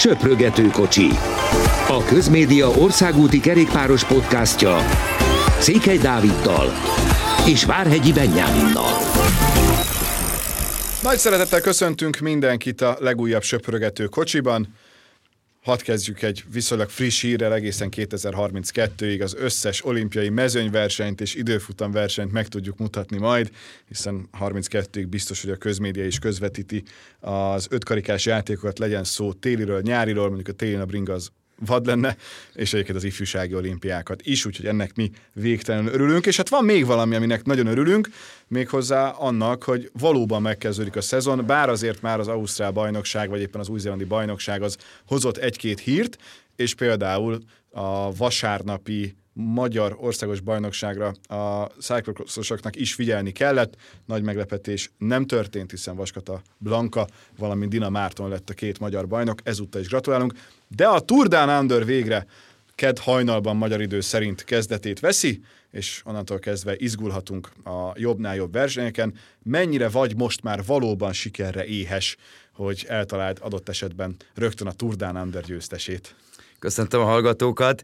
Söprögető kocsi. A Közmédia országúti kerékpáros podcastja Székely Dáviddal és Várhegyi Benyáminnal. Nagy szeretettel köszöntünk mindenkit a legújabb Söprögető kocsiban. Hadd kezdjük egy viszonylag friss hírrel. Egészen 2032-ig az összes olimpiai mezőnyversenyt és időfutamversenyt meg tudjuk mutatni majd, hiszen 32-ig biztos, hogy a Közmédia is közvetíti az ötkarikás játékokat, legyen szó téliről, nyáriról, mondjuk a télin a bringa az vad lenne, és egyébként az ifjúsági olimpiákat is, úgyhogy ennek mi végtelenül örülünk, és hát van még valami, aminek nagyon örülünk, méghozzá annak, hogy valóban megkezdődik a szezon, bár azért már az ausztrál bajnokság, vagy éppen az új-zélandi bajnokság az hozott egy-két hírt, és például a vasárnapi magyar országos bajnokságra a cyclocrossosoknak is figyelni kellett. Nagy meglepetés nem történt, hiszen Vaskata Blanka, valamint Dina Márton lett a két magyar bajnok, ezúttal is gratulálunk. De a Tour Down Under végre kedd hajnalban magyar idő szerint kezdetét veszi, és onnantól kezdve izgulhatunk a jobbnál jobb versenyeken. Mennyire vagy most már valóban sikerre éhes, hogy eltaláld adott esetben rögtön a Tour Down Under győztesét? Köszöntöm a hallgatókat!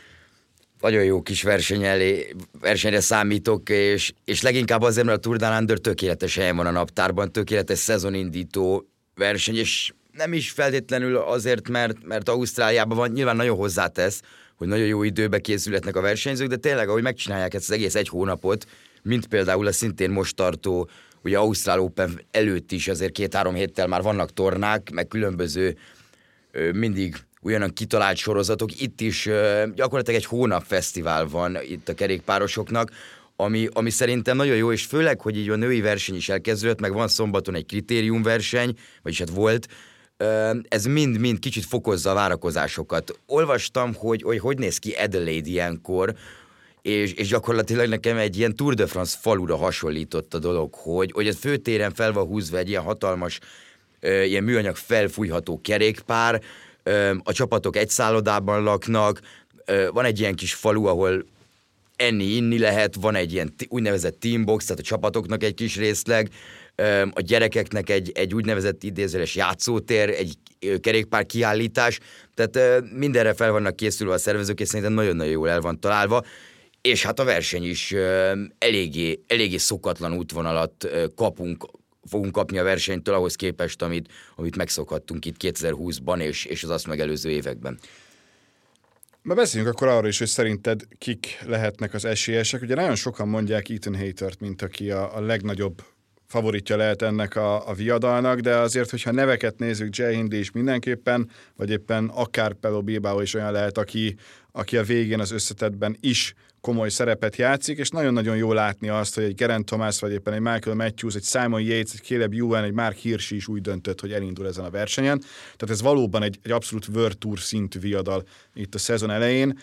Nagyon jó kis versenyre számítok, és leginkább azért, mert a Tour Down Under tökéletes helyen van a naptárban, tökéletes szezonindító verseny, és nem is feltétlenül azért, mert Ausztráliában van, nyilván nagyon hozzátesz, hogy nagyon jó időbe készülhetnek a versenyzők, de tényleg, ahogy megcsinálják ezt az egész egy hónapot, mint például a szintén most tartó, ugye Ausztrál Open előtt is azért 2-3 héttel már vannak tornák, meg különböző mindig olyan kitalált sorozatok, itt is gyakorlatilag egy hónap fesztivál van itt a kerékpárosoknak, ami szerintem nagyon jó, és főleg, hogy így a női verseny is elkezdődött, meg van szombaton egy kritériumverseny, vagyis hát volt, ez mind kicsit fokozza a várakozásokat. Olvastam, hogy néz ki Adelaide ilyenkor, és gyakorlatilag nekem egy ilyen Tour de France falura hasonlított a dolog, hogy a főtéren fel van húzva egy ilyen hatalmas, ilyen műanyag felfújható kerékpár, a csapatok egy szállodában laknak, van egy ilyen kis falu, ahol enni-inni lehet, van egy ilyen úgynevezett teambox, tehát a csapatoknak egy kis részleg, a gyerekeknek egy úgynevezett idézőjeles játszótér, egy kerékpár kiállítás, tehát mindenre fel vannak készülve a szervezők, és szerintem nagyon-nagyon jól el van találva, és hát a verseny is eléggé szokatlan útvonalat fogunk kapni a versenytől ahhoz képest, amit megszokhattunk itt 2020-ban és az azt megelőző években. Beszéljünk akkor arról is, hogy szerinted kik lehetnek az esélyesek. Ugye nagyon sokan mondják Ethan Haytert, mint aki a legnagyobb favoritja lehet ennek a viadalnak, de azért, hogyha neveket nézzük, Jay Hindley is mindenképpen, vagy éppen akár Pello Bilbao is olyan lehet, aki a végén az összetettben is komoly szerepet játszik, és nagyon-nagyon jó látni azt, hogy egy Geraint Thomas, vagy éppen egy Michael Matthews, egy Simon Yates, egy Caleb Ewan, egy Mark Hirschi is úgy döntött, hogy elindul ezen a versenyen. Tehát ez valóban egy abszolút World Tour szintű viadal itt a szezon elején.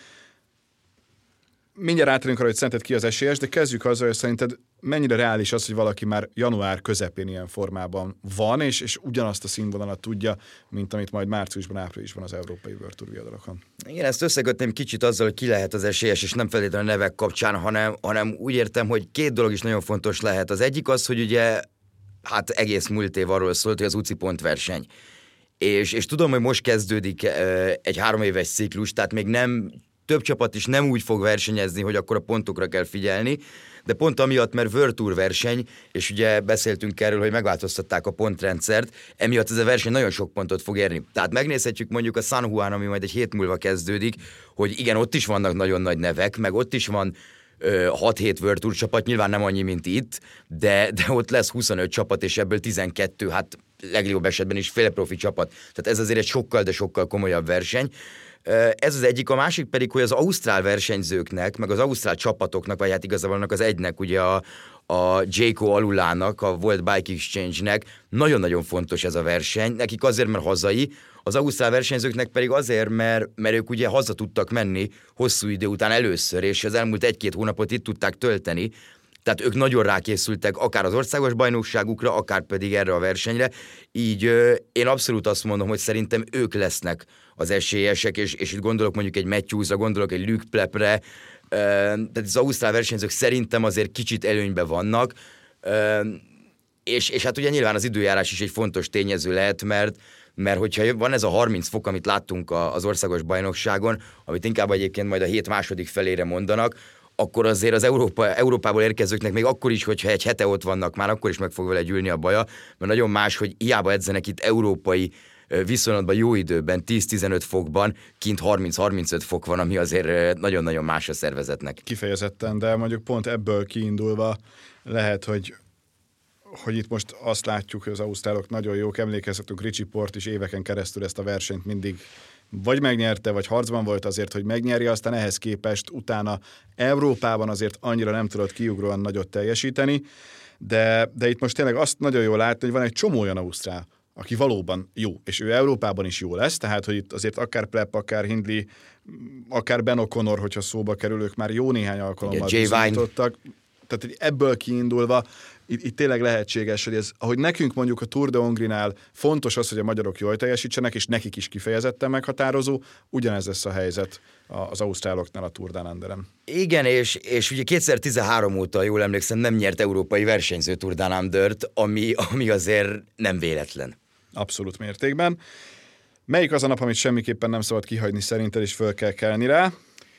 Mindjárt átérünk arra, hogy szerinted ki az esélyes, de kezdjük azzal, hogy szerinted mennyire reális az, hogy valaki már január közepén ilyen formában van, és ugyanazt a színvonalat tudja, mint amit majd márciusban, áprilisban az európai World Tour viadalokon. Igen, ezt összekötném kicsit azzal, hogy ki lehet az esélyes, és nem feltétlenül a nevek kapcsán, hanem úgy értem, hogy két dolog is nagyon fontos lehet. Az egyik az, hogy ugye, hát egész múlt év arról szólt, hogy az UCI pontverseny. És tudom, hogy most kezdődik egy 3 éves ciklus, tehát még nem több csapat is nem úgy fog versenyezni, hogy akkor a pontokra kell figyelni, de pont amiatt, mert World Tour verseny, és ugye beszéltünk erről, hogy megváltoztatták a pontrendszert, emiatt ez a verseny nagyon sok pontot fog érni. Tehát megnézhetjük mondjuk a San Juan, ami majd egy hét múlva kezdődik, hogy igen, ott is vannak nagyon nagy nevek, meg ott is van 6-7 World Tour csapat, nyilván nem annyi, mint itt, de ott lesz 25 csapat, és ebből 12, hát legjobb esetben is félprofi csapat. Tehát ez azért egy sokkal, de sokkal komolyabb verseny. Ez az egyik, a másik pedig, hogy az ausztrál versenyzőknek, meg az ausztrál csapatoknak, vagy hát igazából annak az egynek, ugye a Jayco Alulának, a World Bike Exchange-nek nagyon-nagyon fontos ez a verseny, nekik azért, mert hazai, az ausztrál versenyzőknek pedig azért, mert ők ugye haza tudtak menni hosszú idő után először, és az elmúlt 1-2 hónapot itt tudták tölteni, tehát ők nagyon rákészültek akár az országos bajnokságukra, akár pedig erre a versenyre, így én abszolút azt mondom, hogy szerintem ők lesznek az esélyesek, és itt gondolok mondjuk egy Matthewsra, gondolok egy Luke Plepre, tehát az ausztrál versenyzők szerintem azért kicsit előnyben vannak, és hát ugye nyilván az időjárás is egy fontos tényező lehet, mert hogyha van ez a 30 fok, amit láttunk az országos bajnokságon, amit inkább egyébként majd a hét második felére mondanak, akkor azért az Európából érkezőknek még akkor is, hogyha egy hete ott vannak, már akkor is meg fog vele gyűlni a baja, mert nagyon más, hogy hiába edzenek itt európai viszonylatban jó időben, 10-15 fokban, kint 30-35 fok van, ami azért nagyon-nagyon más a szervezetnek. Kifejezetten, de mondjuk pont ebből kiindulva lehet, hogy itt most azt látjuk, hogy az ausztrálok nagyon jók, emlékezhetünk, Richie Port is éveken keresztül ezt a versenyt mindig vagy megnyerte, vagy harcban volt azért, hogy megnyerje, aztán ehhez képest utána Európában azért annyira nem tudott kiugróan nagyot teljesíteni, de itt most tényleg azt nagyon jól látni, hogy van egy csomó olyan ausztrál, aki valóban jó, és ő Európában is jó lesz, tehát, hogy itt azért akár Plepp, akár Hindley, akár Ben O'Connor, hogyha szóba kerülők, már jó néhány alkalommal bizonyítottak. Tehát, hogy ebből kiindulva itt tényleg lehetséges, hogy ez, ahogy nekünk mondjuk a Tour de Hongrinál fontos az, hogy a magyarok jól teljesítsenek, és nekik is kifejezetten meghatározó, ugyanez lesz a helyzet az ausztráloknál a Tour Down Under-en. Igen, és ugye 2013 óta, jól emlékszem, nem nyert európai versenyző Tour Down Under-t, ami azért nem véletlen. Abszolút mértékben. Melyik az a nap, amit semmiképpen nem szabad kihagyni szerinted, és föl kell kelni rá?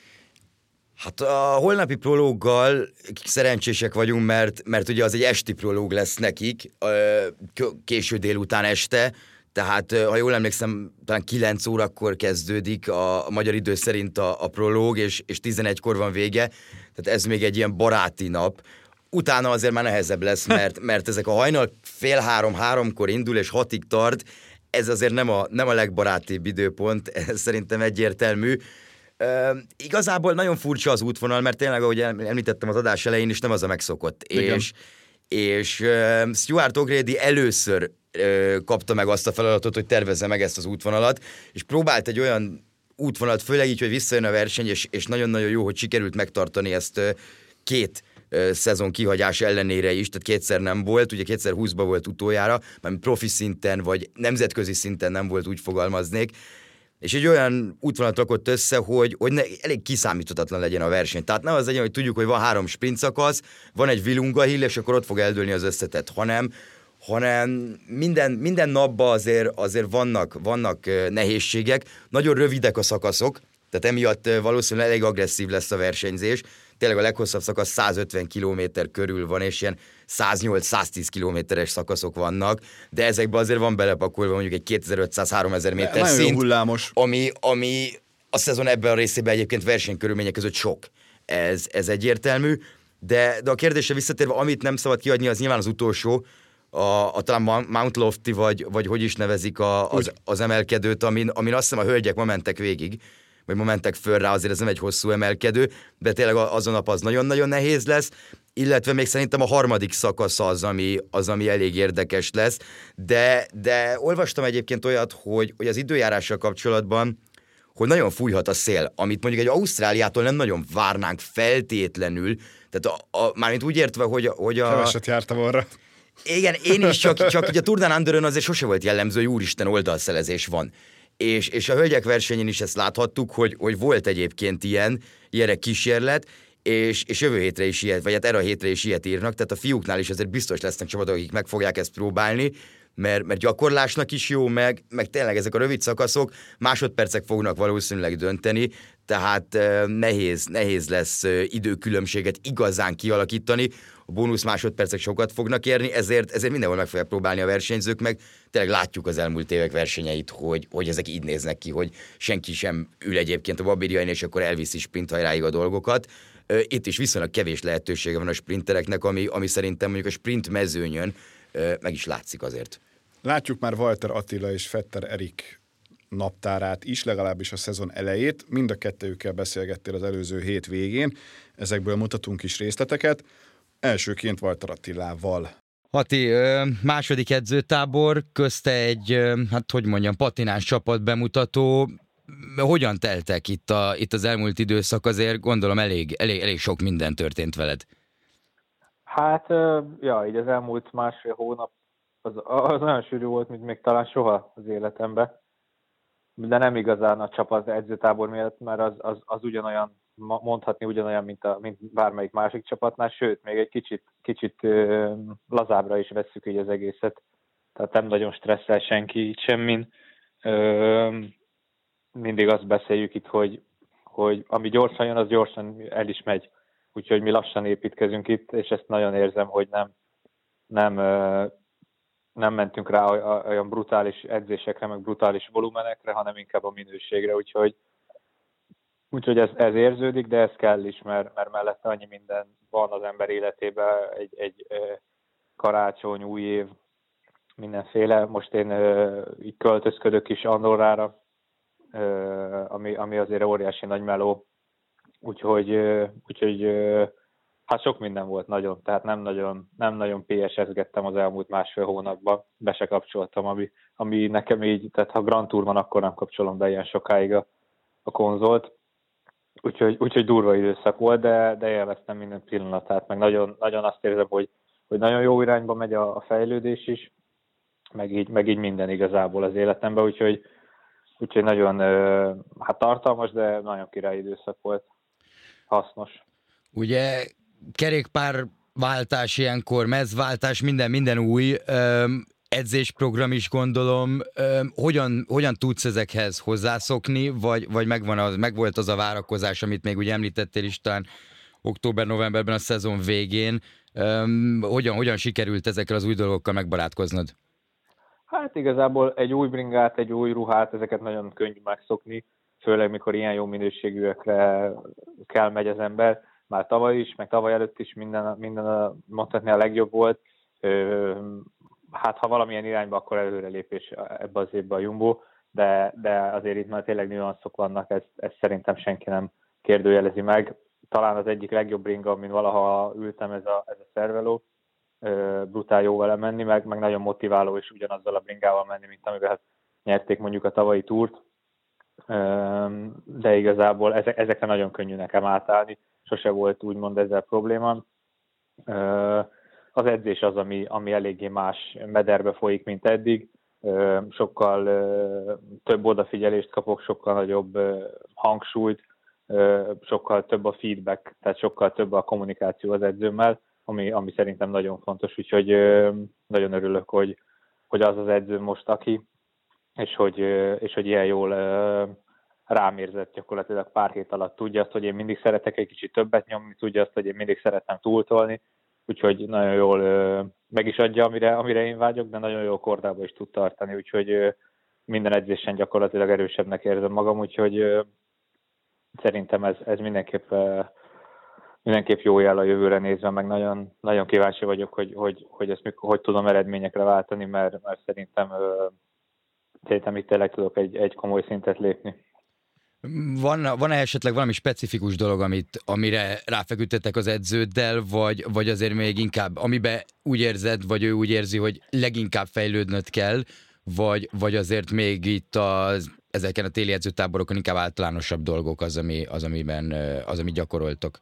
Hát a holnapi prológgal szerencsések vagyunk, mert ugye az egy esti prológ lesz nekik, késő délután este, tehát ha jól emlékszem, talán 9 órakor kezdődik a magyar idő szerint a prológ, és 11-kor van vége, tehát ez még egy ilyen baráti nap. Utána azért már nehezebb lesz, mert ezek a hajnal 2:30-3-kor indul, és 6-ig tart, ez azért nem a legbarátibb időpont, ez szerintem egyértelmű. Igazából nagyon furcsa az útvonal, mert tényleg, ahogy említettem az adás elején is, nem az a megszokott. És Stuart O'Grady először kapta meg azt a feladatot, hogy tervezze meg ezt az útvonalat, és próbált egy olyan útvonalat, főleg így, hogy visszajön a verseny, és nagyon-nagyon jó, hogy sikerült megtartani ezt két szezon kihagyás ellenére is, tehát kétszer nem volt, ugye 2020-ban volt utoljára, mert profi szinten, vagy nemzetközi szinten nem volt, úgy fogalmaznék, és egy olyan útvonalat rakott össze, hogy elég kiszámíthatatlan legyen a verseny. Tehát nem az legyen, hogy tudjuk, hogy van 3 sprint szakasz, van egy Virunga Hill, és akkor ott fog eldőlni az összetett, hanem minden napban azért vannak nehézségek, nagyon rövidek a szakaszok, tehát emiatt valószínűleg elég agresszív lesz a versenyzés. Tényleg a leghosszabb szakasz 150 km körül van, és ilyen 108-110 kilométeres szakaszok vannak, de ezekben azért van belepakolva mondjuk egy 2500-3000 méter szint, hullámos. Ami a szezon ebben a részében egyébként versenykörülmények között sok. Ez egyértelmű, de a kérdésre visszatérve, amit nem szabad kiadni, az nyilván az utolsó, talán Mount Lofty, vagy hogy is nevezik az emelkedőt, amin azt hiszem a hölgyek ma mentek végig, vagy ma mentek föl rá, azért ez nem egy hosszú emelkedő, de tényleg azon nap az nagyon-nagyon nehéz lesz, illetve még szerintem a harmadik szakasz az, ami elég érdekes lesz, de olvastam egyébként olyat, hogy az időjárással kapcsolatban, hogy nagyon fújhat a szél, amit mondjuk egy Ausztráliától nem nagyon várnánk feltétlenül, tehát mármint úgy értve, hogy a... Keveset jártam arra. Igen, én is, csak ugye a Tour Down Under-ön azért sose volt jellemző, hogy úristen oldalszelezés van. És a hölgyek versenyén is ezt láthattuk, hogy volt egyébként ilyenre kísérlet, és jövő hétre is ilyet, vagy hát erre a hétre is ilyet írnak, tehát a fiúknál is azért biztos lesznek csapatok, akik meg fogják ezt próbálni, mert gyakorlásnak is jó, meg tényleg ezek a rövid szakaszok másodpercek fognak valószínűleg dönteni, tehát nehéz lesz időkülönbséget igazán kialakítani, a bónusz másodpercek sokat fognak érni, ezért mindenhol meg fogják próbálni a versenyzők, meg tényleg látjuk az elmúlt évek versenyeit, hogy ezek így néznek ki, hogy senki sem ül egyébként a babérjain, és akkor elviszi sprinthajráig a dolgokat. Itt is viszonylag kevés lehetősége van a sprintereknek, ami szerintem mondjuk a sprint mezőnyön meg is látszik azért. Látjuk már Walter Attila és Vetter Erik naptárát is, legalábbis a szezon elejét. Mind a kettőjükkel beszélgettél az előző hét végén. Ezekből mutatunk is részleteket. Elsőként Walter Attilával. Ati, második edzőtábor, közte egy, patinás csapat bemutató. Hogyan teltek itt az elmúlt időszak? Azért gondolom elég sok minden történt veled. Hát, így az elmúlt másfél hónap az olyan sűrű volt, mint még talán soha az életemben. De nem igazán a csapat edzőtábor miatt, mert az ugyanolyan, mondhatni ugyanolyan, mint bármelyik másik csapatnál, sőt, még egy kicsit lazábbra is vesszük így az egészet. tehát nem nagyon stresszel senki itt semmin. Mindig azt beszéljük itt, hogy ami gyorsan jön, az gyorsan el is megy. Úgyhogy mi lassan építkezünk itt, és ezt nagyon érzem, hogy nem mentünk rá olyan brutális edzésekre, meg brutális volumenekre, hanem inkább a minőségre, úgyhogy ez érződik, de ez kell is, mert mellette annyi minden van az ember életében, egy karácsony, új év, mindenféle. Most én így költözködök is Andorrára, ami azért óriási nagy meló, úgyhogy hát sok minden volt nagyon, tehát nem nagyon PS-ezgettem az elmúlt másfél hónapban, be se kapcsoltam, ami nekem így, tehát ha Grand Tour van, akkor nem kapcsolom be ilyen sokáig a konzolt, úgyhogy durva időszak volt, de élveztem minden pillanatát, meg nagyon, nagyon azt érzem, hogy nagyon jó irányba megy a fejlődés is, meg így minden igazából az életemben, úgyhogy nagyon hát tartalmas, de nagyon király időszak volt, hasznos. Ugye kerékpárváltás ilyenkor, mezváltás, minden új, edzésprogram is gondolom. Hogyan tudsz ezekhez hozzászokni, vagy megvolt az a várakozás, amit még ugye említettél is talán október-novemberben a szezon végén. Hogyan sikerült ezekkel az új dolgokkal megbarátkoznod? Hát igazából egy új bringát, egy új ruhát, ezeket nagyon könnyű megszokni, főleg mikor ilyen jó minőségűekre kell megy az ember. Már tavaly is, meg tavaly előtt is minden mondhatni a legjobb volt. Hát ha valamilyen irányba, akkor előrelépés ebbe az évben a Jumbo, de azért itt már tényleg nüanszok vannak, ezt szerintem senki nem kérdőjelezi meg. Talán az egyik legjobb bringa, amin valaha ültem, ez a Cervelo. Brutál jó vele menni, meg nagyon motiváló is ugyanazzal a bringával menni, mint amivel nyerték mondjuk a tavalyi túrt. De igazából ezekre nagyon könnyű nekem átállni, sose volt úgymond ezzel problémám. Az edzés az, ami eléggé más mederbe folyik, mint eddig. Sokkal több odafigyelést kapok, sokkal nagyobb hangsúlyt, sokkal több a feedback, tehát sokkal több a kommunikáció az edzőmmel, ami szerintem nagyon fontos, úgyhogy nagyon örülök, hogy az edző most aki, és hogy ilyen jól rám érzett gyakorlatilag pár hét alatt. Tudja azt, hogy én mindig szeretek egy kicsit többet nyomni, tudja azt, hogy én mindig szeretem túltolni, úgyhogy nagyon jól meg is adja, amire én vágyok, de nagyon jól kordába is tud tartani, úgyhogy minden edzésen gyakorlatilag erősebbnek érzem magam, úgyhogy szerintem ez mindenképp jó jel a jövőre nézve, meg nagyon, nagyon kíváncsi vagyok, hogy ezt hogy tudom eredményekre váltani, mert szerintem itt tényleg tudok egy komoly szintet lépni. Van-e esetleg valami specifikus dolog, amire ráfeküdtetek az edződdel, vagy azért még inkább, amiben úgy érzed, vagy ő úgy érzi, hogy leginkább fejlődnöd kell, vagy azért még itt ezeken a téli edzőtáborokon inkább általánosabb dolgok amit gyakoroltok?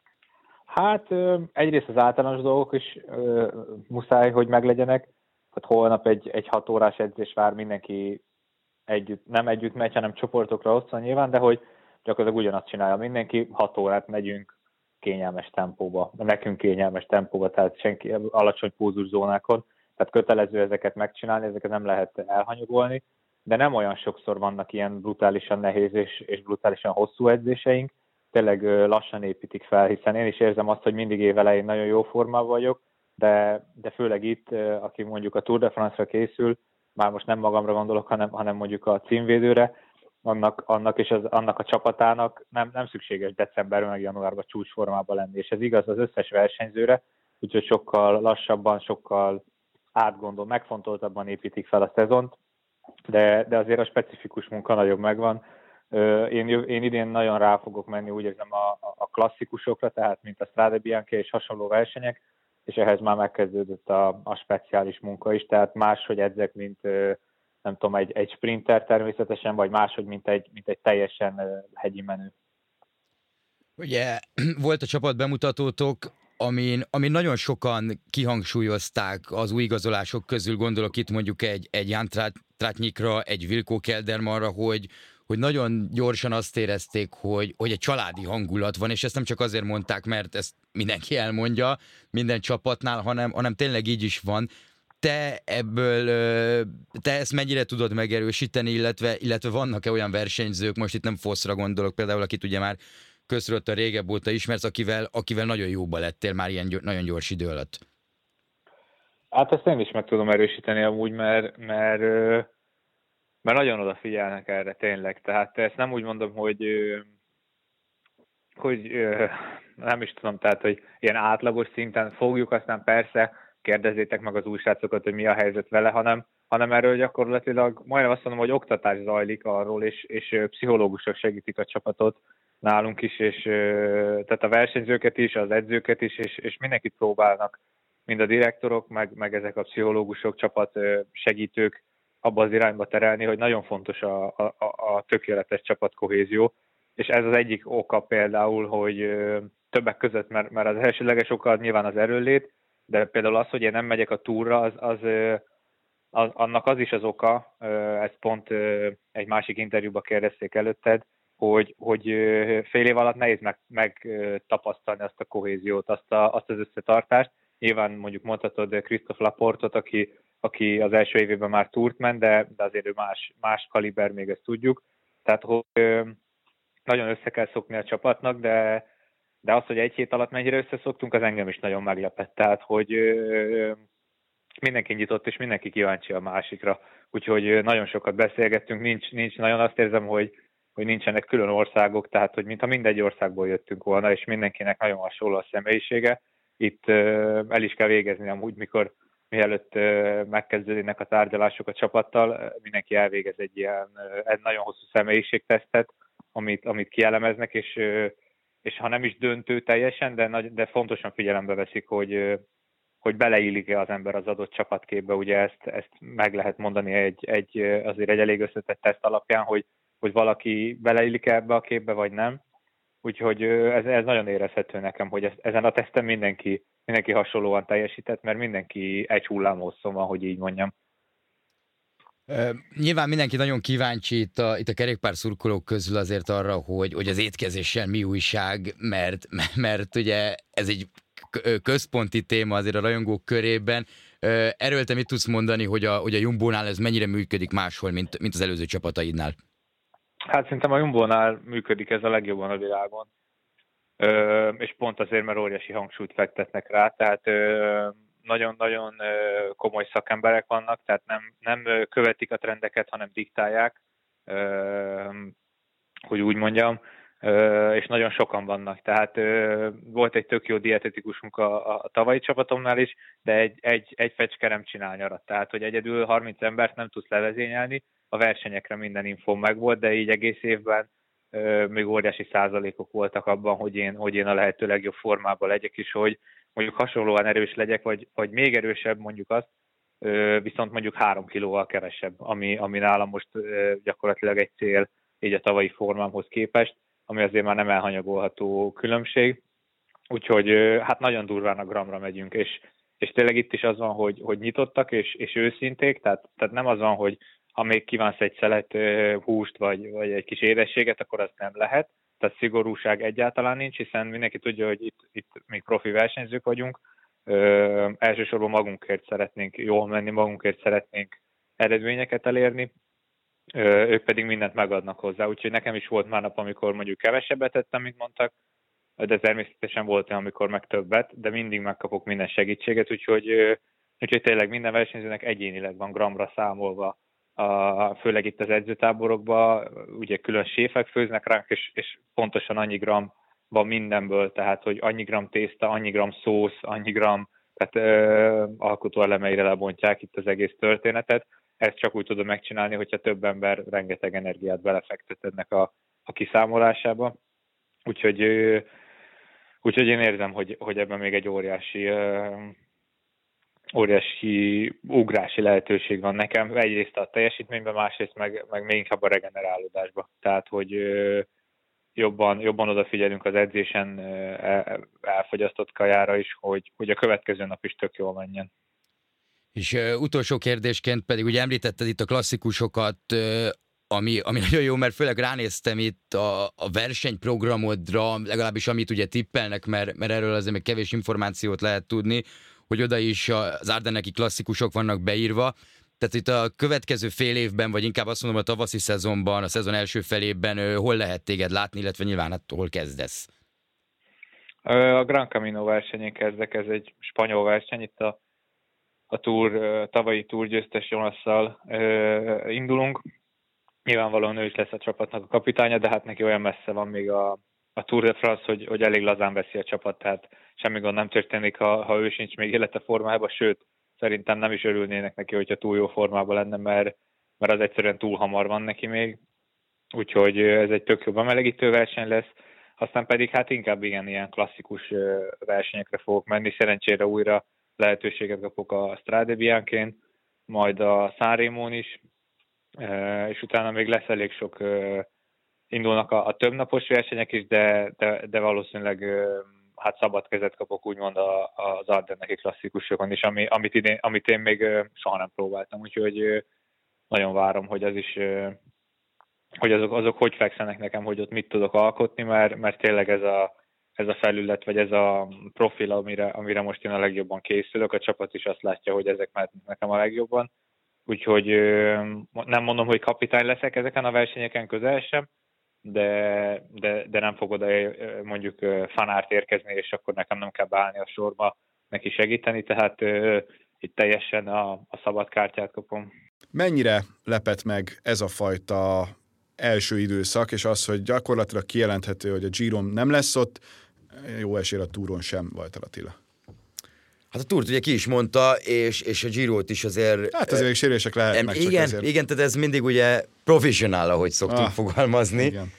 Hát egyrészt az általános dolgok is muszáj, hogy meglegyenek. Tehát holnap egy 6 órás edzés vár, mindenki nem együtt megy, hanem csoportokra osztva nyilván, de hogy gyakorlatilag ugyanazt csinálja mindenki, 6 órát megyünk kényelmes tempóba, nekünk kényelmes tempóba, tehát senki alacsony pulzuszónákon, tehát kötelező ezeket megcsinálni, ezeket nem lehet elhanyagolni, de nem olyan sokszor vannak ilyen brutálisan nehéz és brutálisan hosszú edzéseink, tényleg lassan építik fel, hiszen én is érzem azt, hogy mindig évelején nagyon jó formában vagyok, de főleg itt, aki mondjuk a Tour de France-ra készül, már most nem magamra gondolok, hanem mondjuk a címvédőre, annak a csapatának nem szükséges decemberben meg januárban csúcsformában lenni, és ez igaz az összes versenyzőre, úgyhogy sokkal lassabban, sokkal megfontoltabban építik fel a szezont, de azért a specifikus munka nagyobb megvan. Én idén nagyon rá fogok menni, úgy érzem, a klasszikusokra, tehát mint a Strade Bianche és hasonló versenyek, és ehhez már megkezdődött a speciális munka is, tehát máshogy edzek, mint nem tudom, egy sprinter természetesen, vagy máshogy, mint egy teljesen hegyi menő. Ugye volt a csapat bemutatótok, amin nagyon sokan kihangsúlyozták az új igazolások közül, gondolok itt mondjuk egy Jan Tratnikra, egy Wilco Keldermanra, hogy nagyon gyorsan azt érezték, hogy egy családi hangulat van, és ezt nem csak azért mondták, mert ezt mindenki elmondja minden csapatnál, hanem tényleg így is van. te ebből, te ezt mennyire tudod megerősíteni, illetve vannak-e olyan versenyzők, most itt nem Foszra gondolok például, akit ugye már köztudottan régebb óta ismersz, akivel nagyon jóba lettél már ilyen nagyon gyors idő alatt? Hát ezt én is meg tudom erősíteni amúgy, mert nagyon odafigyelnek erre tényleg. Tehát ezt nem úgy mondom, hogy nem is tudom, tehát hogy ilyen átlagos szinten fogjuk, aztán persze kérdezzétek meg az újságokat, hogy mi a helyzet vele, hanem erről gyakorlatilag majdnem azt mondom, hogy oktatás zajlik arról, és pszichológusok segítik a csapatot nálunk is, és tehát a versenyzőket is, az edzőket is, és mindenkit próbálnak, mind a direktorok, meg ezek a pszichológusok, csapat segítők abba az irányba terelni, hogy nagyon fontos a tökéletes csapatkohézió, és ez az egyik oka például, hogy többek között, mert az elsődleges oka nyilván az erőnlét, de például az, hogy én nem megyek a túrra, annak az is az oka, ezt pont egy másik interjúban kérdezték előtted, hogy fél év alatt nehéz megtapasztalni azt a kohéziót, azt az összetartást. Nyilván mondjuk mondhatod Christophe Laportot, aki az első évében már túrt ment, de azért ő más kaliber, még ezt tudjuk. Tehát, hogy nagyon össze kell szokni a csapatnak, de az, hogy egy hét alatt mennyire összeszoktunk, az engem is nagyon meglepett. Tehát, hogy mindenki nyitott, és mindenki kíváncsi a másikra. Úgyhogy nagyon sokat beszélgettünk, nincs nagyon azt érzem, hogy nincsenek külön országok, tehát, hogy mintha mindegy országból jöttünk volna, és mindenkinek nagyon hasonló a személyisége. Itt el is kell végezni amúgy, mielőtt megkezdődnek a tárgyalások a csapattal, mindenki elvégez egy nagyon hosszú személyiségtesztet, amit kielemeznek, és ha nem is döntő teljesen, de fontosan figyelembe veszik, hogy beleillik-e az ember az adott csapatképbe. Ugye ezt meg lehet mondani azért egy elég összetett teszt alapján, hogy valaki beleillik-e ebbe a képbe, vagy nem. Úgyhogy ez nagyon érezhető nekem, hogy ezen a teszten mindenki hasonlóan teljesített, mert mindenki egy hullámhosszon van, hogy így mondjam. Nyilván mindenki nagyon kíváncsi itt a kerékpár szurkolók közül azért arra, hogy az étkezéssel mi újság, mert ugye ez egy központi téma azért a rajongók körében. Erről te mit tudsz mondani, hogy a Jumbónál ez mennyire működik máshol, mint az előző csapataidnál? Hát szerintem a Jumbónál működik ez a legjobban a világon. És pont azért, mert óriási hangsúlyt fektetnek rá, tehát nagyon-nagyon komoly szakemberek vannak, tehát nem követik a trendeket, hanem diktálják, hogy úgy mondjam, és nagyon sokan vannak. Tehát volt egy tök jó dietetikusunk a tavalyi csapatomnál is, de egy fecske nem csinál nyarat. Tehát, hogy egyedül 30 embert nem tudsz levezényelni, a versenyekre minden infóm megvolt, de így egész évben még óriási százalékok voltak abban, hogy én a lehető legjobb formában legyek, és hogy mondjuk hasonlóan erős legyek, vagy még erősebb mondjuk azt, viszont mondjuk 3 kilóval kevesebb, ami nálam most gyakorlatilag egy cél így a tavalyi formámhoz képest, ami azért már nem elhanyagolható különbség. Úgyhogy hát nagyon durván a gramra megyünk, és tényleg itt is az van, hogy nyitottak és őszinték, tehát nem az van, hogy ha még kívánsz egy szelet húst, vagy egy kis édességet, akkor azt nem lehet. Tehát szigorúság egyáltalán nincs, hiszen mindenki tudja, hogy itt még profi versenyzők vagyunk. Elsősorban magunkért szeretnénk jól menni, magunkért szeretnénk eredményeket elérni. Ők pedig mindent megadnak hozzá. Úgyhogy nekem is volt már nap, amikor mondjuk kevesebbet tettem, mint mondtak, de természetesen volt olyan, amikor meg többet, de mindig megkapok minden segítséget, úgyhogy tényleg minden versenyzőnek egyénileg van gramra számolva, főleg itt az edzőtáborokban, ugye külön séfek főznek ránk, és pontosan annyi gram van mindenből, tehát hogy annyi gram tészta, annyi gram szósz, annyi gram, tehát alkotó elemeire lebontják itt az egész történetet. Ezt csak úgy tudom megcsinálni, hogyha több ember rengeteg energiát belefektet ennek a kiszámolásába. Úgyhogy én érzem, hogy ebben még egy óriási ugrási lehetőség van nekem. Egyrészt a teljesítményben, másrészt meg még inkább a regenerálódásba. Tehát, hogy jobban odafigyelünk az edzésen elfogyasztott kajára is, hogy a következő nap is tök jól menjen. És utolsó kérdésként pedig ugye említetted itt a klasszikusokat, ami nagyon jó, mert főleg ránéztem itt a versenyprogramodra, legalábbis amit ugye tippelnek, mert erről azért még kevés információt lehet tudni, hogy oda is az ardenneki klasszikusok vannak beírva. Tehát itt a következő fél évben, vagy inkább azt mondom a tavaszi szezonban, a szezon első felében hol lehet téged látni, illetve nyilván hát hol kezdesz? A Gran Camino versenyén kezdek, ez egy spanyol verseny, itt a tavalyi Tour győztes Jonasszal indulunk. Nyilvánvalóan ő is lesz a csapatnak a kapitánya, de hát neki olyan messze van még a Tour de France, hogy elég lazán veszi a csapat, tehát semmi gond nem történik, ha ő sincs még élete formájában, sőt, szerintem nem is örülnének neki, hogyha túl jó formában lenne, mert az egyszerűen túl hamar van neki még. Úgyhogy ez egy tök jó bemelegítő verseny lesz. Aztán pedig hát inkább ilyen klasszikus versenyekre fogok menni. Szerencsére újra lehetőséget kapok a Strade Bianchén, majd a Sanremón is, és utána még lesz elég sok, indulnak a többnapos versenyek is, de valószínűleg hát szabad kezet kapok úgymond az ardenneki klasszikusokon is, amit én még soha nem próbáltam, úgyhogy nagyon várom, hogy az is, hogy azok hogy fekszenek nekem, hogy ott mit tudok alkotni, mert tényleg ez a felület, vagy ez a profil, amire most én a legjobban készülök, a csapat is azt látja, hogy ezek mehetnek nekem a legjobban, úgyhogy nem mondom, hogy kapitány leszek ezeken a versenyeken közel sem, de nem fog oda mondjuk fanárt érkezni, és akkor nekem nem kell beállni a sorba neki segíteni, tehát itt teljesen a szabad kártyát kapom. Mennyire lepett meg ez a fajta első időszak, és az, hogy gyakorlatilag kijelenthető, hogy a Giron nem lesz ott, jó esély a Touron sem, Walter Attila? Hát a Tourt ugye ki is mondta, és a Girót is azért... Hát azért sérülések lehetnek. Igen, tehát ez mindig ugye professionál, ahogy szoktunk fogalmazni. Igen.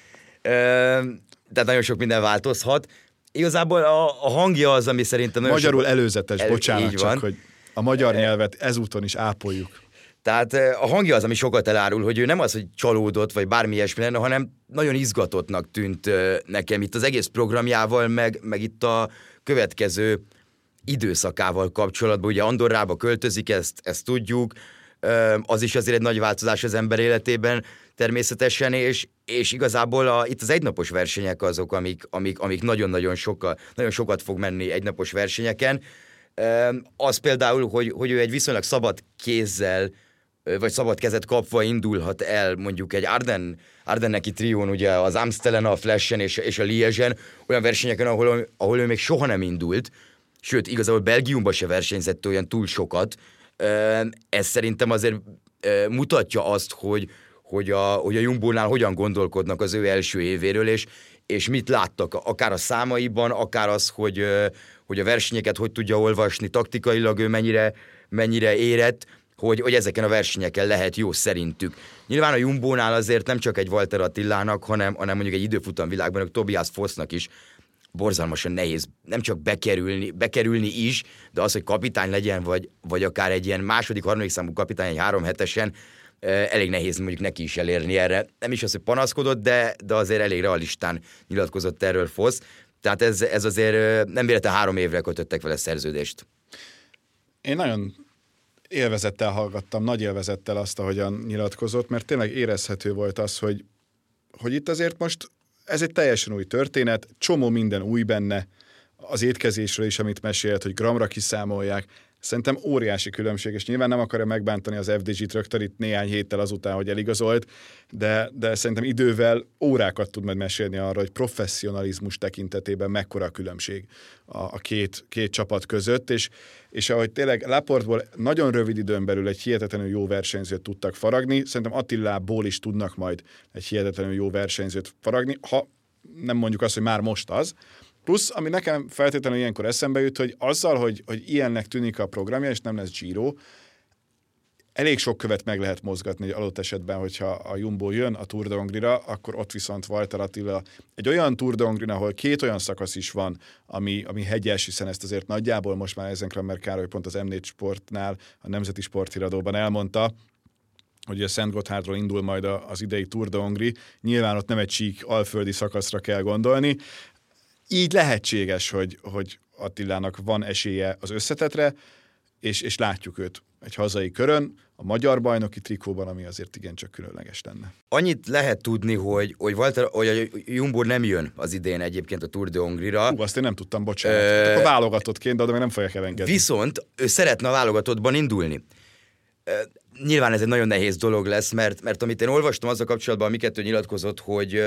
Tehát nagyon sok minden változhat. Igazából a hangja az, ami szerintem... Magyarul előzetes, bocsánat, csak hogy a magyar nyelvet ezúton is ápoljuk. Tehát a hangja az, ami sokat elárul, hogy ő nem az, hogy csalódott, vagy bármi ilyesmi lenne, hanem nagyon izgatottnak tűnt nekem itt az egész programjával, meg itt a következő időszakával kapcsolatban. Ugye Andorrába költözik, ezt tudjuk, az is azért egy nagy változás az ember életében természetesen, és igazából itt az egynapos versenyek azok, amik nagyon-nagyon sokat fog menni egynapos versenyeken. Az például, hogy ő egy viszonylag szabad kézzel, vagy szabad kezet kapva indulhat el mondjuk egy ardenneki trión, ugye az Amstelen, a Flashen és a Liège-en, olyan versenyeken, ahol ő még soha nem indult, sőt, igazából Belgiumban se versenyzett olyan túl sokat. Ez szerintem azért mutatja azt, hogy a Jumbónál hogyan gondolkodnak az ő első évéről, és mit láttak, akár a számaiban, akár az, hogy a versenyeket hogy tudja olvasni, taktikailag ő mennyire érett, hogy ezeken a versenyeken lehet jó szerintük. Nyilván a Jumbónál azért nem csak egy Walter Attilának, hanem mondjuk egy időfutam világban, Tobias Fossnak is borzalmasan nehéz nem csak bekerülni is, de az, hogy kapitány legyen, vagy akár egy ilyen második, harmadik számú kapitány egy 3-7-esen, elég nehéz mondjuk neki is elérni erre. Nem is az, hogy panaszkodott, de azért elég realistán nyilatkozott erről Foss. Tehát ez azért nem véletlenül 3 évre kötöttek vele szerződést. Én nagyon élvezettel hallgattam, nagy élvezettel azt, ahogyan nyilatkozott, mert tényleg érezhető volt az, hogy itt azért most ez egy teljesen új történet, csomó minden új benne, az étkezésről is, amit mesélt, hogy gramra kiszámolják. Szerintem óriási különbség, és nyilván nem akarja megbántani az FDG-t rögtön itt néhány héttel azután, hogy eligazolt, de szerintem idővel órákat tud majd mesélni arra, hogy professzionalizmus tekintetében mekkora a különbség a két csapat között, és ahogy tényleg Laportból nagyon rövid időn belül egy hihetetlenül jó versenyzőt tudtak faragni, szerintem Attilából is tudnak majd egy hihetetlenül jó versenyzőt faragni, ha nem mondjuk azt, hogy már most az. Plusz, ami nekem feltétlenül ilyenkor eszembe jut, hogy azzal, hogy ilyennek tűnik a programja, és nem lesz Giro, elég sok követ meg lehet mozgatni egy adott esetben, hogyha a Jumbo jön a Tour de Hongrie-ra, akkor ott viszont Walter Attila egy olyan Tour de Hongrie-n, ahol 2 olyan szakasz is van, ami hegyes, hiszen ezt azért nagyjából most már Eisenkrammer Károly pont az M4 Sportnál, a Nemzeti Sporthíradóban elmondta, hogy a Szent Gotthardról indul majd az idei Tour de Hongrie. Nyilván ott nem egy sík alföldi szakaszra kell gondolni. Így lehetséges, hogy Attilának van esélye az összetetre. és látjuk őt egy hazai körön, a magyar bajnoki trikóban, ami azért igencsak különleges lenne. Annyit lehet tudni, hogy a Jumbo nem jön az idén egyébként a Tour de Hongrie-ra. Azt én nem tudtam, bocsánat. Akkor válogatottként, de oda meg nem fogják elengedni. Viszont ő szeretne a válogatottban indulni. Nyilván ez egy nagyon nehéz dolog lesz, mert amit én olvastam azzal kapcsolatban, amiket ő nyilatkozott,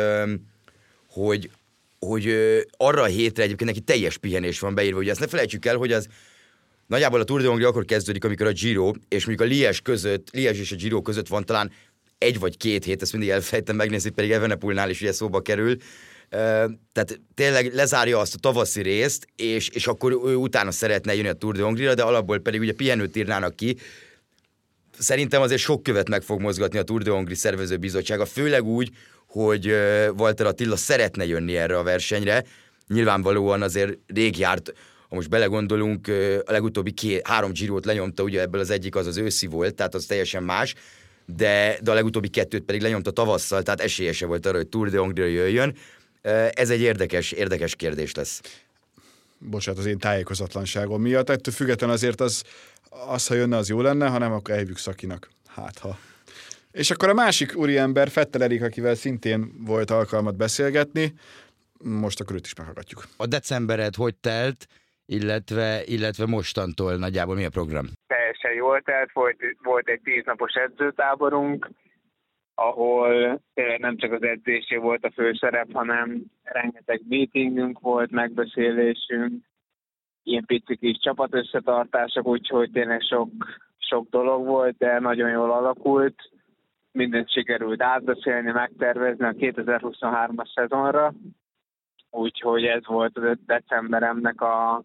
hogy arra a hétre egyébként neki teljes pihenés van beírva. Ugye ezt ne felejtsük el, hogy az nagyjából a Tour de Hongrie akkor kezdődik, amikor a Giro, és mondjuk a Liège és a Giro között van talán 1 vagy 2 hét, ezt mindig elfelejtem megnézni, pedig Evenepoelnál is ugye szóba kerül. Tehát tényleg lezárja azt a tavaszi részt, és akkor ő utána szeretne jönni a Tour de Hongrie-ra, de alapból pedig ugye pihenőt írnának ki. Szerintem azért sok követ meg fog mozgatni a Tour de Hongrie szervezőbizottsága, főleg úgy, hogy Walter Attila szeretne jönni erre a versenyre. Nyilvánvalóan azért rég járt, ha most belegondolunk, a legutóbbi 3 Girót lenyomta, ugye ebből az egyik az őszi volt, tehát az teljesen más, de a legutóbbi 2 pedig lenyomta tavasszal, tehát esélyese volt arra, hogy Tour de Hongrie-ra jöjjön. Ez egy érdekes kérdés lesz. Bocsánat, az én tájékozatlanságom miatt. Ettől függetlenül azért az, ha jönne, az jó lenne, ha nem, akkor elhívjuk Szakinak. Ha. És akkor a másik úriember, Vettel Erik, akivel szintén volt alkalmat beszélgetni, most akkor őt is meghallgatjuk. A decembered hogy telt, illetve mostantól nagyjából mi a program? Teljesen jól telt, volt egy 10 napos edzőtáborunk, ahol nem csak az edzésé volt a főszerep, hanem rengeteg meetingünk volt, megbeszélésünk, ilyen pici kis csapatösszetartások, úgyhogy tényleg sok dolog volt, de nagyon jól alakult. Mindent sikerült átbeszélni, megtervezni a 2023-as szezonra, úgyhogy ez volt a decemberemnek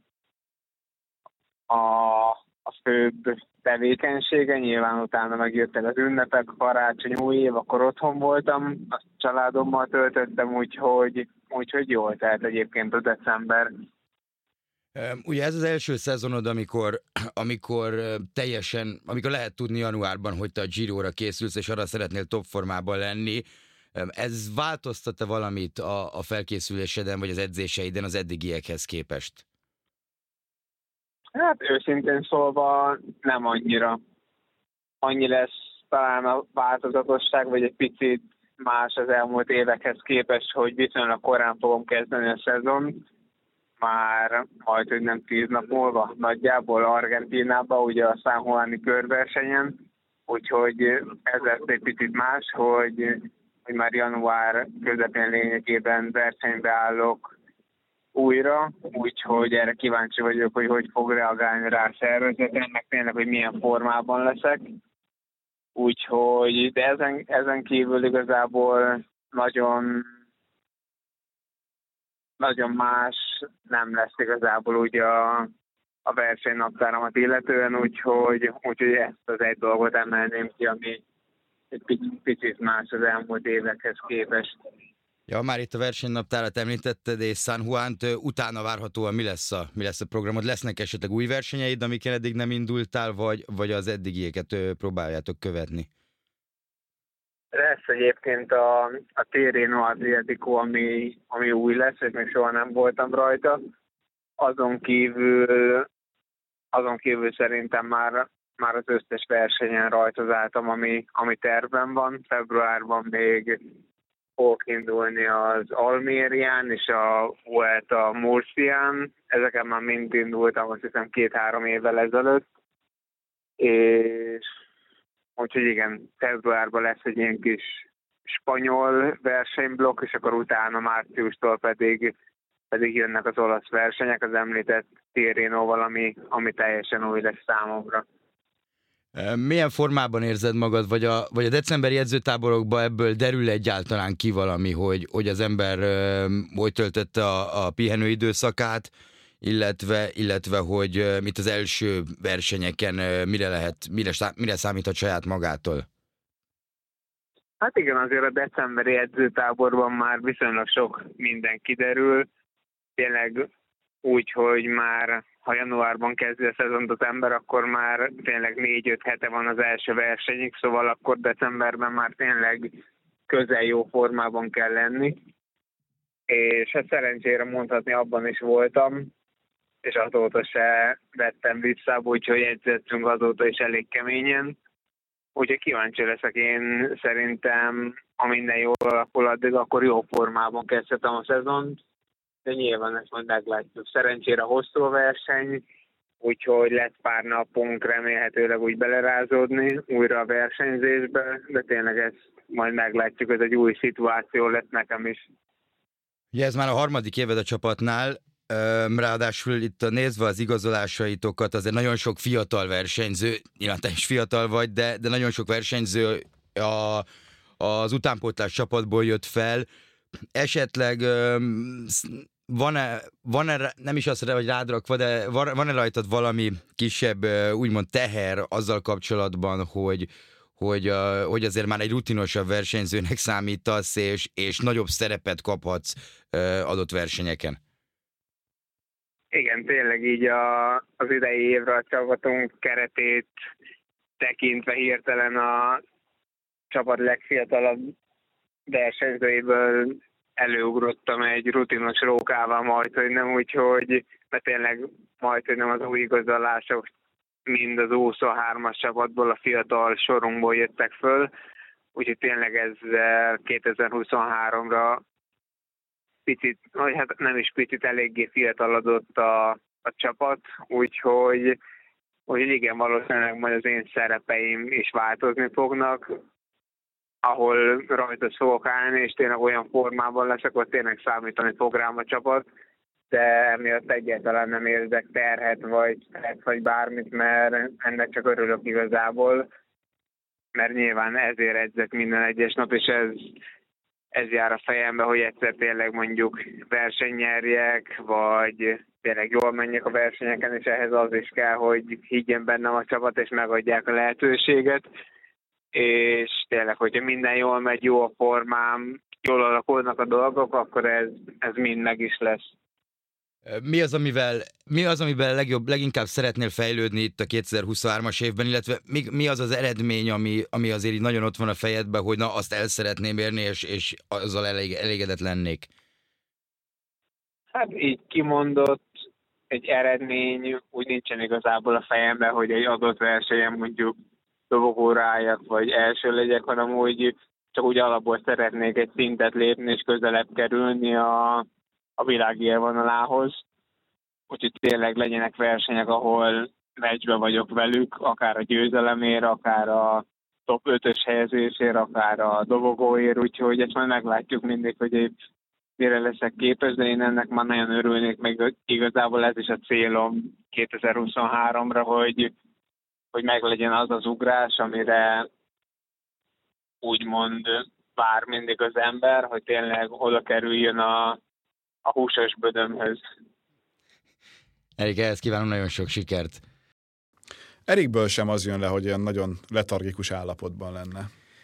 a főbb tevékenysége. Nyilván utána megjöttek az ünnepek, karácsony, új év, akkor otthon voltam, a családommal töltöttem, úgyhogy jól telt egyébként a december. Ugye ez az első szezonod, amikor lehet tudni januárban, hogy te a Giróra készülsz, és arra szeretnél top formában lenni. Ez változtat-e valamit a felkészüléseden, vagy az edzéseiden az eddigiekhez képest? Hát őszintén szólva nem annyira. Annyi lesz talán a változatosság, vagy egy picit más az elmúlt évekhez képest, hogy viszonylag korán fogom kezdeni a szezon. Már majd, hogy nem 10 nap múlva, nagyjából Argentínában, ugye a San Juani körversenyen. Úgyhogy ez lesz egy picit más, hogy már január közepén lényegében versenybe állok újra, úgyhogy erre kíváncsi vagyok, hogy fog reagálni rá a szervezetem, meg tényleg, hogy milyen formában leszek. Úgyhogy, de ezen kívül igazából nagyon más nem lesz igazából ugye a versenynaptáramat illetően, úgyhogy ezt az egy dolgot emelném ki, ami egy picit más az elmúlt évekhez képest. Ja, már itt a versenynaptárat említetted, és San Juant, utána várhatóan mi lesz a programod? Lesznek esetleg új versenyeid, amiken eddig nem indultál, vagy az eddigieket próbáljátok követni? Lesz egyébként a Tirreno Adriatico, ami új lesz, és még soha nem voltam rajta. Azon kívül szerintem már az összes versenyen rajtozáltam, ami tervben van. Februárban még fogok indulni az Almérián és a Vuelta Murcián. Ezeken már mind indultam, azt hiszem 2-3 évvel ezelőtt. És úgyhogy igen, februárban lesz egy ilyen kis spanyol versenyblokk, és akkor utána márciustól pedig jönnek az olasz versenyek, az említett Tirrenoval, ami teljesen új lesz számomra. Milyen formában érzed magad, vagy a decemberi edzőtáborokban ebből derül egyáltalán ki valami, hogy az ember hogy töltötte a pihenő időszakát, illetve hogy mit az első versenyeken mire számíthat saját magától? Hát igen, azért a decemberi edzőtáborban már viszonylag sok minden kiderül. Tényleg úgy, hogy már ha januárban kezdi a szezont az ember, akkor már tényleg 4-5 hete van az első versenyig, szóval akkor decemberben már tényleg közel jó formában kell lenni. És hát szerencsére mondhatni abban is voltam, és azóta se vettem vissza, úgyhogy edzettünk azóta is elég keményen. Úgyhogy kíváncsi leszek, én szerintem, ha minden jól alakul addig, akkor jó formában kezdhetem a szezont, de nyilván ezt majd meglátjuk. Szerencsére hosszú a verseny, úgyhogy lesz pár napunk remélhetőleg úgy belerázódni újra a versenyzésbe, de tényleg ezt majd meglátjuk, ez egy új szituáció lesz nekem is. Ugye ez már a harmadik éved a csapatnál, ráadásul itt nézve az igazolásaitokat, azért nagyon sok fiatal versenyző, nyilván te is fiatal vagy, de nagyon sok versenyző az utánpótlás csapatból jött fel. Esetleg van-e nem is azt, hogy rád rakva, de van-e rajtad valami kisebb, úgymond teher azzal kapcsolatban, hogy azért már egy rutinosabb versenyzőnek számítasz, és nagyobb szerepet kaphatsz adott versenyeken? Igen, tényleg így az idei évre a csapatunk keretét tekintve hirtelen a csapat legfiatalabb versenyzőiből előugrottam egy rutinos rókával majdhogy nem, úgyhogy mert tényleg majdhogy nem az új igazolások mind az U23-as csapatból, a fiatal sorunkból jöttek föl, úgyhogy tényleg ez 2023-ra picit, vagy hát nem is picit, eléggé fiatalodott a csapat, úgyhogy igen, valószínűleg majd az én szerepeim is változni fognak, ahol rajta fogok állni, és tényleg olyan formában leszek, akkor tényleg számítani fog rám a csapat, de emiatt egyáltalán nem érzek terhet, vagy bármit, mert ennek csak örülök igazából, mert nyilván ezért edzek minden egyes nap, és ez jár a fejembe, hogy egyszer tényleg mondjuk versenynyerjek, vagy tényleg jól menjek a versenyeken, és ehhez az is kell, hogy higgyen bennem a csapat, és megadják a lehetőséget. És tényleg, hogyha minden jól megy, jó a formám, jól alakulnak a dolgok, akkor ez mind meg is lesz. Mi az, amivel leginkább szeretnél fejlődni itt a 2023-as évben, illetve mi az az eredmény, ami azért így nagyon ott van a fejedben, hogy na, azt el szeretném érni, és azzal elégedett lennék? Hát így kimondott egy eredmény úgy nincsen igazából a fejemben, hogy egy adott versenyen mondjuk dobogóra álljak, vagy első legyek, hanem úgy csak úgy alapból szeretnék egy szintet lépni, és közelebb kerülni a világ élvonalához. Úgyhogy tényleg legyenek versenyek, ahol meccsbe vagyok velük, akár a győzelemért, akár a top 5-ös helyezésért, akár a dobogóért, úgyhogy ezt majd meglátjuk mindig, hogy épp mire leszek képes, de én ennek már nagyon örülnék, meg igazából ez is a célom 2023-ra, hogy meglegyen az az ugrás, amire úgymond vár mindig az ember, hogy tényleg oda kerüljön a húsos bödömhöz. Erik, ehhez kívánom nagyon sok sikert. Erikből sem az jön le, hogy ilyen nagyon letargikus állapotban lenne.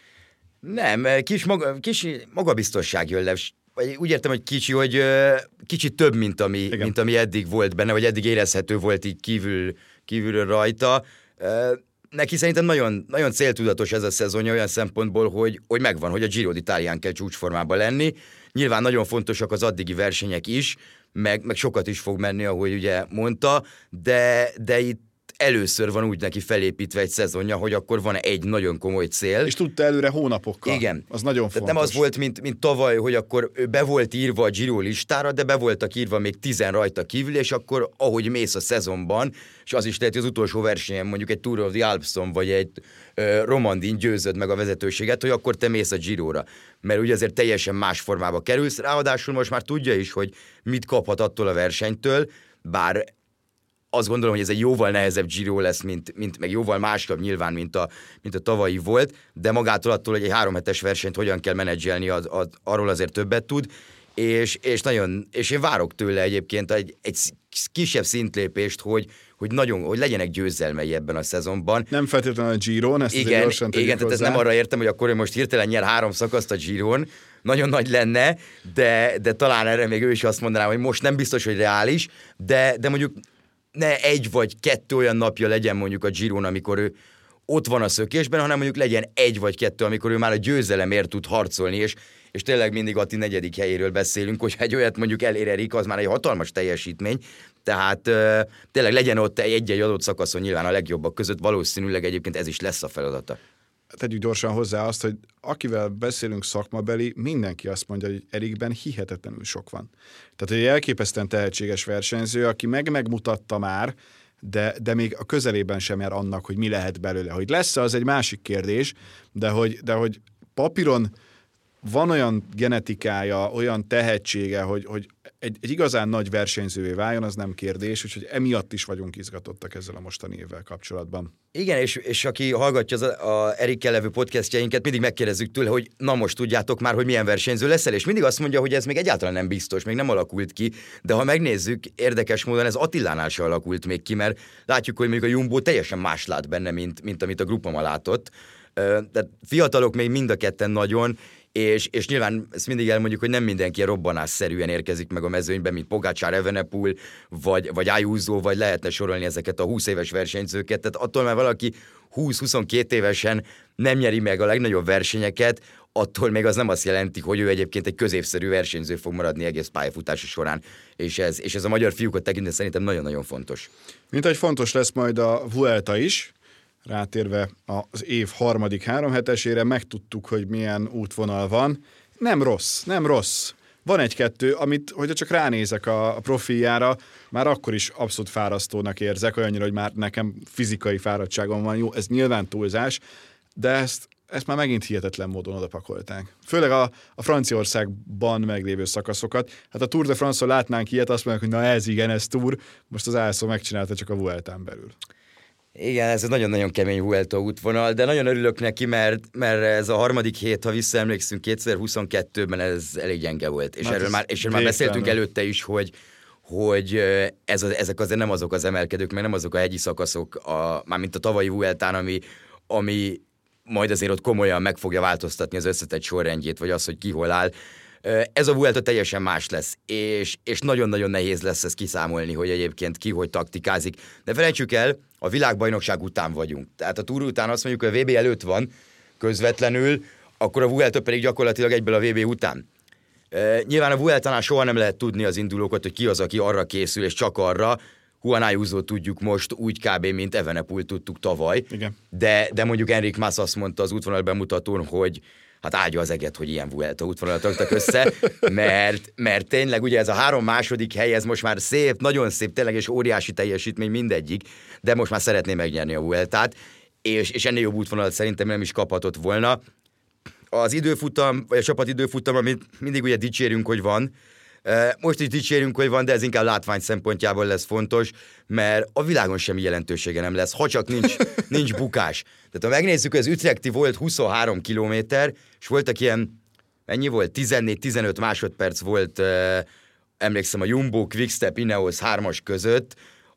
Nem, kis magabiztosság jön le. Úgy értem, hogy kicsit több, mint ami eddig volt benne, vagy eddig érezhető volt így kívülről rajta. Neki szerintem nagyon, nagyon céltudatos ez a szezonja olyan szempontból, hogy megvan, hogy a Giro d'Italián kell csúcsformában lenni. Nyilván nagyon fontosak az addigi versenyek is, meg sokat is fog menni, ahogy ugye mondta, de itt először van úgy neki felépítve egy szezonja, hogy akkor van egy nagyon komoly cél. És tudta előre hónapokkal. Igen. Az nagyon fontos. Tehát nem az volt, mint tavaly, hogy akkor be volt írva a Giro listára, de be voltak írva még 10 rajta kívül, és akkor ahogy mész a szezonban, és az is lehet, hogy az utolsó versenyen mondjuk egy Tour of the Alpson, vagy egy Romandin győzöd meg a vezetőséget, hogy akkor te mész a Giróra. Mert ugye azért teljesen más formába kerülsz, ráadásul most már tudja is, hogy mit kaphat attól a versenytől, bár azt gondolom, hogy ez egy jóval nehezebb Giro lesz, mint meg jóval másabb nyilván, mint a tavalyi volt, de magától attól, hogy egy 3 hetes versenyt hogyan kell menedzselni, arról azért többet tud, és én várok tőle egyébként egy kisebb szintlépést, hogy legyenek győzelmei ebben a szezonban. Nem feltétlenül a Giron, ezt igen, gyorsan tegyük tehát hozzá. ez nem arra értem, hogy akkor ő most hirtelen nyer 3 szakaszt a Giron, nagyon nagy lenne, de talán erre még ő is azt mondaná, hogy most nem biztos, hogy reális, de mondjuk ne 1 vagy 2 olyan napja legyen mondjuk a Giron, amikor ő ott van a szökésben, hanem mondjuk legyen 1 vagy 2, amikor ő már a győzelemért tud harcolni, és tényleg mindig Atti 4. helyéről beszélünk, hogy egy olyat mondjuk elér Erik, az már egy hatalmas teljesítmény, tehát tényleg legyen ott egy-egy adott szakaszon nyilván a legjobbak között, valószínűleg egyébként ez is lesz a feladata. Tegyük gyorsan hozzá azt, hogy akivel beszélünk szakmabeli, mindenki azt mondja, hogy Erikben hihetetlenül sok van. Tehát egy elképesztően tehetséges versenyző, aki megmutatta már, de még a közelében sem jár annak, hogy mi lehet belőle. Hogy lesz-e, az egy másik kérdés, de hogy papíron van olyan genetikája, olyan tehetsége, hogy egy igazán nagy versenyzővé váljon, az nem kérdés, úgyhogy emiatt is vagyunk izgatottak ezzel a mostani évvel kapcsolatban. Igen, és aki hallgatja az Erikkel levő podcastjainkat, mindig megkérdezzük tőle, hogy na most tudjátok már, hogy milyen versenyző leszel, és mindig azt mondja, hogy ez még egyáltalán nem biztos, még nem alakult ki, de ha megnézzük, érdekes módon ez Attilánál se alakult még ki, mert látjuk, hogy mondjuk a Jumbo teljesen más lát benne, mint amit a Groupama látott. Tehát fiatalok még mind a ketten nagyon, és nyilván ezt mindig elmondjuk, hogy nem mindenki robbanásszerűen érkezik meg a mezőnybe, mint Pogačar, Evenepoel, vagy Ayuso, vagy lehetne sorolni ezeket a 20 éves versenyzőket. Tehát attól már valaki 20-22 évesen nem nyeri meg a legnagyobb versenyeket, attól még az nem azt jelenti, hogy ő egyébként egy középszerű versenyző fog maradni egész pályafutása során. És ez a magyar fiúkat tekintve szerintem nagyon-nagyon fontos. Mint ahogy fontos lesz majd a Vuelta is, rátérve az év harmadik 3 hetesére, megtudtuk, hogy milyen útvonal van. Nem rossz. Van 1-2, amit, hogyha csak ránézek a profiljára, már akkor is abszolút fárasztónak érzek, olyannyira, hogy már nekem fizikai fáradtságom van. Jó, ez nyilván túlzás, de ezt már megint hihetetlen módon odapakolták. Főleg a Franciaországban meglévő szakaszokat. Hát a Tour de France-on látnánk ilyet, azt mondják, hogy na ez igen, ez Tour. Most az ASO megcsinálta csak a Vueltán belül. Igen, ez egy nagyon-nagyon kemény Vuelta útvonal, de nagyon örülök neki, mert ez a harmadik hét, ha visszaemlékszünk, 2022-ben ez elég gyenge volt. És erről már beszéltünk előtte is, hogy ezek azért nem azok az emelkedők, meg nem azok a hegyi szakaszok, mármint a tavalyi Vueltán, ami majd azért ott komolyan meg fogja változtatni az összetett sorrendjét, vagy az, hogy ki hol áll. Ez a Vuelta teljesen más lesz, és nagyon-nagyon nehéz lesz ezt kiszámolni, hogy egyébként ki hogy taktikázik. De felejtsük el, a világbajnokság után vagyunk. Tehát a Tour után azt mondjuk, hogy a VB előtt van közvetlenül, akkor a Vuelta pedig gyakorlatilag egyből a VB után. Nyilván a Vueltánál soha nem lehet tudni az indulókat, hogy ki az, aki arra készül, és csak arra. Juan Ayusót tudjuk most úgy kb. Mint Evenepoel tudtuk tavaly. Igen. De mondjuk Enric Mas azt mondta az útvonal bemutatón, hogy hát áldja az eget, hogy ilyen Vuelta útvonalat raktak össze, mert tényleg ugye ez a 3 második hely, ez most már szép, nagyon szép, tényleg és óriási teljesítmény mindegyik, de most már szeretné megnyerni a Vueltát, és ennél jobb útvonalat szerintem nem is kaphatott volna. Az időfutam, vagy a csapat időfutam, amit mindig ugye dicsérünk, hogy van, most is dicsérünk, hogy van, de ez inkább látvány szempontjából lesz fontos, mert a világon semmi jelentősége nem lesz, ha csak nincs bukás. Tehát ha megnézzük, az Utrechti volt 23 kilométer, és voltak ilyen, mennyi volt? 14-15 másodperc volt, emlékszem, a Jumbo, Quickstep, Ineos 3-as között,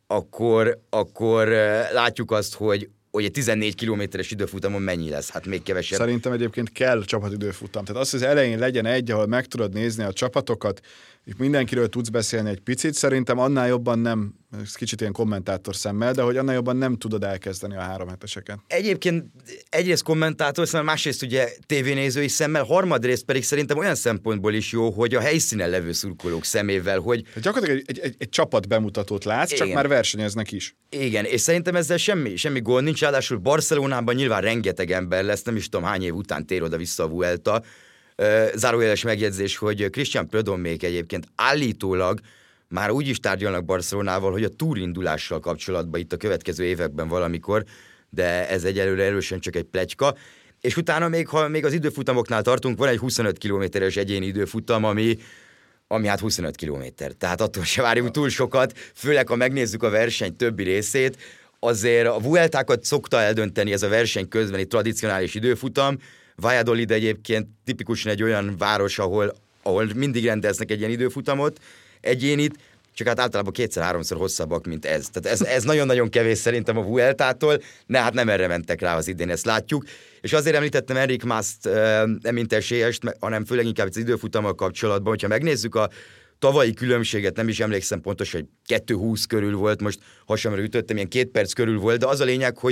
akkor látjuk azt, hogy egy 14 kilométeres időfutamon mennyi lesz? Hát még kevesebb. Szerintem egyébként kell csapatidőfutam. Tehát az, hogy az elején legyen egy, ahol meg tudod nézni a csapatokat, és mindenkiről tudsz beszélni egy picit, szerintem annál jobban nem, ez kicsit ilyen kommentátor szemmel, de hogy annál jobban nem tudod elkezdeni a 3 heteseket. Egyébként egyrészt kommentátor szemmel, másrészt ugye tévénézői szemmel, harmadrészt pedig szerintem olyan szempontból is jó, hogy a helyszínen levő szurkolók szemével, hogy... Gyakorlatilag egy csapat bemutatót látsz, igen. Csak már versenyeznek is. Igen, és szerintem ezzel semmi gond nincs, ráadásul Barcelonában nyilván rengeteg ember lesz, nem is tudom hány év után tér oda-vissza a Vuelta. Zárójeles megjegyzés, hogy Christian Prudhomme egyébként állítólag már úgy is tárgyalnak Barcelonával, hogy a Tour indulással kapcsolatban itt a következő években valamikor, de ez egyelőre erősen csak egy pletyka. És utána ha még az időfutamoknál tartunk, van egy 25 kilométeres egyéni időfutam, ami hát 25 kilométer. Tehát attól se várjunk túl sokat, főleg ha megnézzük a verseny többi részét, azért a Vueltákat szokta eldönteni ez a verseny közbeni tradicionális időfutam. Valladolid egyébként tipikusan egy olyan város, ahol mindig rendeznek egy ilyen időfutamot, egyénit, csak hát általában 2-3-szor hosszabbak, mint ez. Tehát ez nagyon-nagyon kevés szerintem a Vueltától, hát nem erre mentek rá az idén, ezt látjuk. És azért említettem Enric Mast nem mint esélyest, hanem főleg inkább az időfutammal kapcsolatban, hogyha megnézzük a tavalyi különbséget, nem is emlékszem pontos, hogy 2:20 körül volt, most hasamra ütöttem, ilyen 2 perc körül volt, de az a lényeg, hogy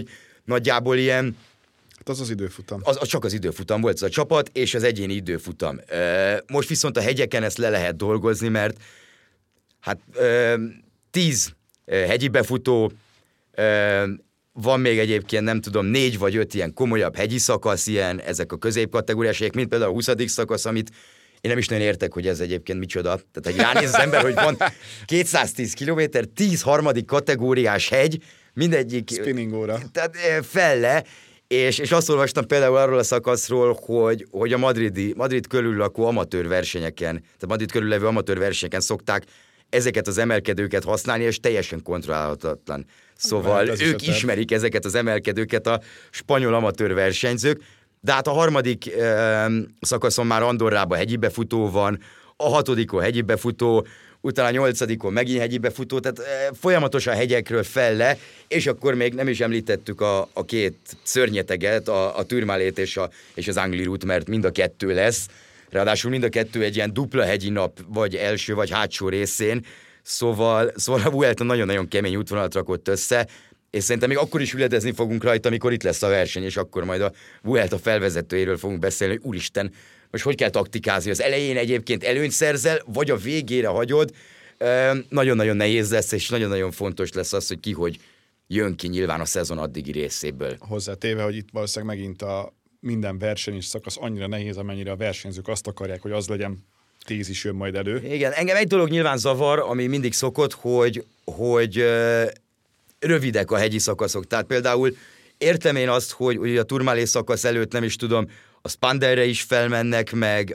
nagyjából ilyen. Hát az időfutam. Az csak az időfutam volt, az a csapat, és az egyéni időfutam. Most viszont a hegyeken ezt le lehet dolgozni, mert hát 10 hegyi befutó, van még egyébként, nem tudom, 4 vagy 5 ilyen komolyabb hegyi szakasz, ilyen, ezek a középkategóriások, mint például a 20. szakasz, amit én nem is nagyon értek, hogy ez egyébként micsoda. Tehát egy ránéz az ember, hogy van 210 kilométer, 10 harmadik kategóriás hegy, mindegyik... Spinning óra. Tehát felle, és azt olvastam például arról a szakaszról, hogy a Madrid körül lakó amatőr versenyeken, tehát Madrid körül levő amatőr versenyeken szokták ezeket az emelkedőket használni, és teljesen kontrollálhatatlan. Szóval ők ismerik ezeket az emelkedőket, a spanyol amatőr versenyzők, de hát a harmadik szakaszon már Andorrában hegyi befutó van, a 6. hegyi befutó, utána a 8. megint hegyi befutó, tehát folyamatosan hegyekről felle, és akkor még nem is említettük a 2 szörnyeteget, a Tourmalet és az Angliru-t, mert mind a 2 lesz. Ráadásul mind a 2 egy ilyen dupla hegyi nap, vagy első, vagy hátsó részén, szóval a Vuelta nagyon-nagyon kemény útvonalat rakott össze, és szerintem még akkor is üledezni fogunk rajta, amikor itt lesz a verseny, és akkor majd a Vuelta felvezetőjéről fogunk beszélni, hogy úristen, most hogy kell taktikázni? Az elején egyébként előnyt szerzel, vagy a végére hagyod. Nagyon-nagyon nehéz lesz, és nagyon-nagyon fontos lesz az, hogy ki hogy jön ki nyilván a szezon addigi részéből. Hozzátéve, hogy itt valószínűleg megint minden verseny és szakasz annyira nehéz, amennyire a versenyzők azt akarják, hogy az legyen, 10 is jön majd elő. Igen, engem egy dolog nyilván zavar, ami mindig szokott, hogy rövidek a hegyi szakaszok. Tehát például értem én azt, hogy a Tourmalet szakasz előtt nem is tudom, a Spanderre is felmennek,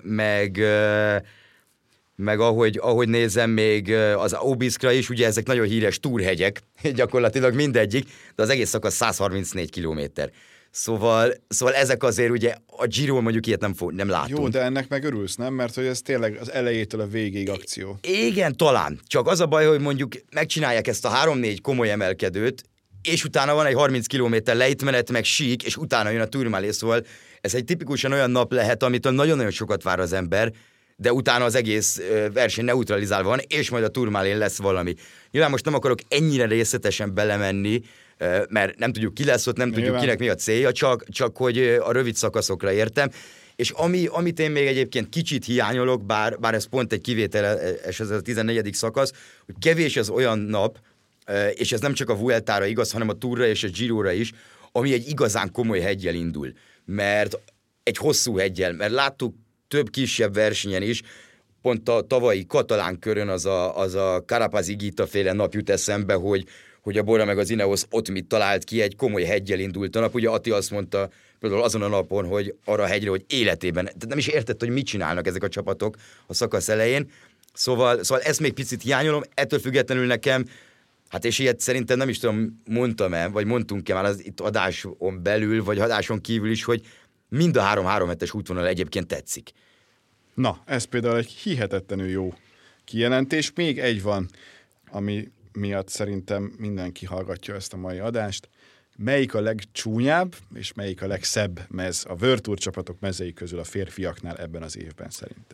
meg ahogy nézem, még az Aubiskra is, ugye ezek nagyon híres túrhegyek, gyakorlatilag mindegyik, de az egész szakasz 134 kilométer. Szóval ezek azért ugye a Giro mondjuk ilyet nem látunk. Jó, de ennek meg örülsz, nem? Mert hogy ez tényleg az elejétől a végéig akció. Igen, talán. Csak az a baj, hogy mondjuk megcsinálják ezt a 3-4 komoly emelkedőt, és utána van egy 30 kilométer lejtmenet, meg sík, és utána jön a Tourmalet, szóval ez egy tipikusan olyan nap lehet, amitől nagyon-nagyon sokat vár az ember, de utána az egész verseny neutralizálva van, és majd a Tourmalet lesz valami. Nyilván most nem akarok ennyire részletesen belemenni, mert nem tudjuk ki lesz ott, nem tudjuk kinek mi a célja, csak hogy a rövid szakaszokra értem. És amit én még egyébként kicsit hiányolok, bár ez pont egy kivételes, ez a 14. szakasz, hogy kevés az olyan nap, és ez nem csak a Vueltára igaz, hanem a Tourra és a Girora is, ami egy igazán komoly heggyel indul. Mert egy hosszú heggyel, mert láttuk több kisebb versenyen is, pont a tavalyi katalán körön az a Carapaz-Higuita féle nap jut eszembe, hogy a Bora meg az Ineos ott mit talált ki, egy komoly heggyel indult a nap. Ugye Atti azt mondta például azon a napon, hogy arra a hegyre, hogy életében, tehát nem is értett, hogy mit csinálnak ezek a csapatok a szakasz elején. Szóval ezt még picit hiányolom, ettől függetlenül nekem, hát és ilyet szerintem nem is tudom, mondtam-e, vagy mondtunk-e már az itt adáson belül, vagy adáson kívül is, hogy mind a 3 hetes útvonal egyébként tetszik. Na, ez például egy hihetetlenül jó kijelentés. Még egy van, ami miatt szerintem mindenki hallgatja ezt a mai adást. Melyik a legcsúnyább, és melyik a legszebb mez a World Tour csapatok mezei közül a férfiaknál ebben az évben szerinted?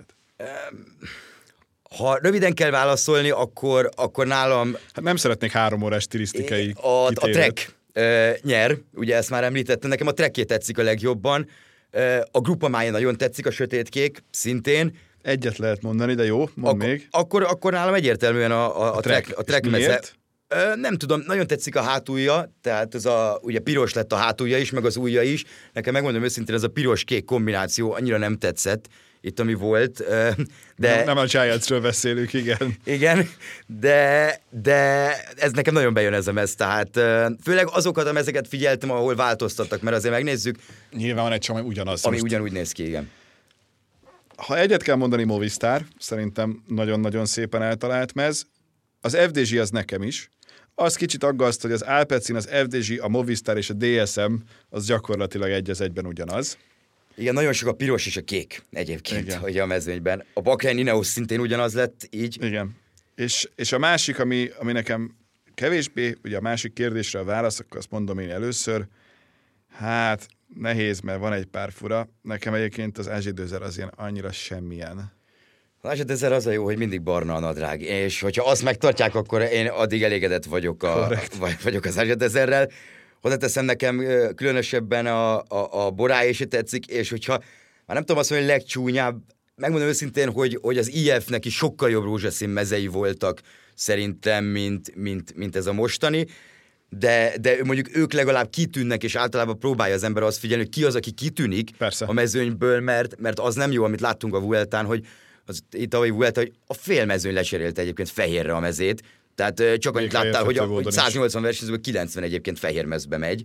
Ha röviden kell válaszolni, akkor nálam... Hát nem szeretnék 3 órás stilisztikai a Trek nyer, ugye ezt már említettem, nekem a Trekké tetszik a legjobban, a Gruppamája nagyon tetszik, a sötétkék szintén. Egyet lehet mondani, de jó, mondd még. Akkor nálam egyértelműen a Trek meze. Nem tudom, nagyon tetszik a hátulja, tehát ez ugye piros lett a hátulja is, meg az ujja is. Nekem megmondom őszintén, ez a piros-kék kombináció annyira nem tetszett, itt ami volt. De... Nem a Giantsről beszélünk, igen. Igen, de ez nekem nagyon bejön ez a mez, tehát főleg azokat a mezeket figyeltem, ahol változtattak, mert azért megnézzük. Nyilván van egy csomó, ugyanaz. Ami ugyanúgy néz ki, igen. Ha egyet kell mondani, Movistar, szerintem nagyon-nagyon szépen eltalált mez. Az FDG az nekem is. Az kicsit aggaszt, hogy az Alpecin, az FDG, a Movistar és a DSM az gyakorlatilag egy az egyben ugyanaz. Igen, nagyon sok a piros és a kék egyébként, ugye a mezőnyben. A Bahrein Ineos szintén ugyanaz lett, így. Igen. És a másik, ami nekem kevésbé, ugye a másik kérdésre a válasz, akkor azt mondom én először, hát nehéz, mert van egy pár fura. Nekem egyébként az AG2R az ilyen annyira semmilyen. Az AG2R az a jó, hogy mindig barna a nadrág, és hogyha azt megtartják, akkor én addig elégedett vagyok az AG2R-rel. hozzáteszem, nekem különösebben a Boráé se tetszik, és hogyha már nem tudom azt mondani, hogy legcsúnyább, megmondom őszintén, hogy az IF-nek is sokkal jobb rózsaszín mezei voltak szerintem, mint ez a mostani, de mondjuk ők legalább kitűnnek, és általában próbálja az ember azt figyelni, hogy ki az, aki kitűnik Persze. a mezőnyből, mert az nem jó, amit láttunk a Vueltán, hogy itt a Vuelta, hogy a fél mezőny lecserélte egyébként fehérre a mezét, tehát csak annyit láttál, hogy 180 versenyzőből 90 egyébként fehér mezbe megy,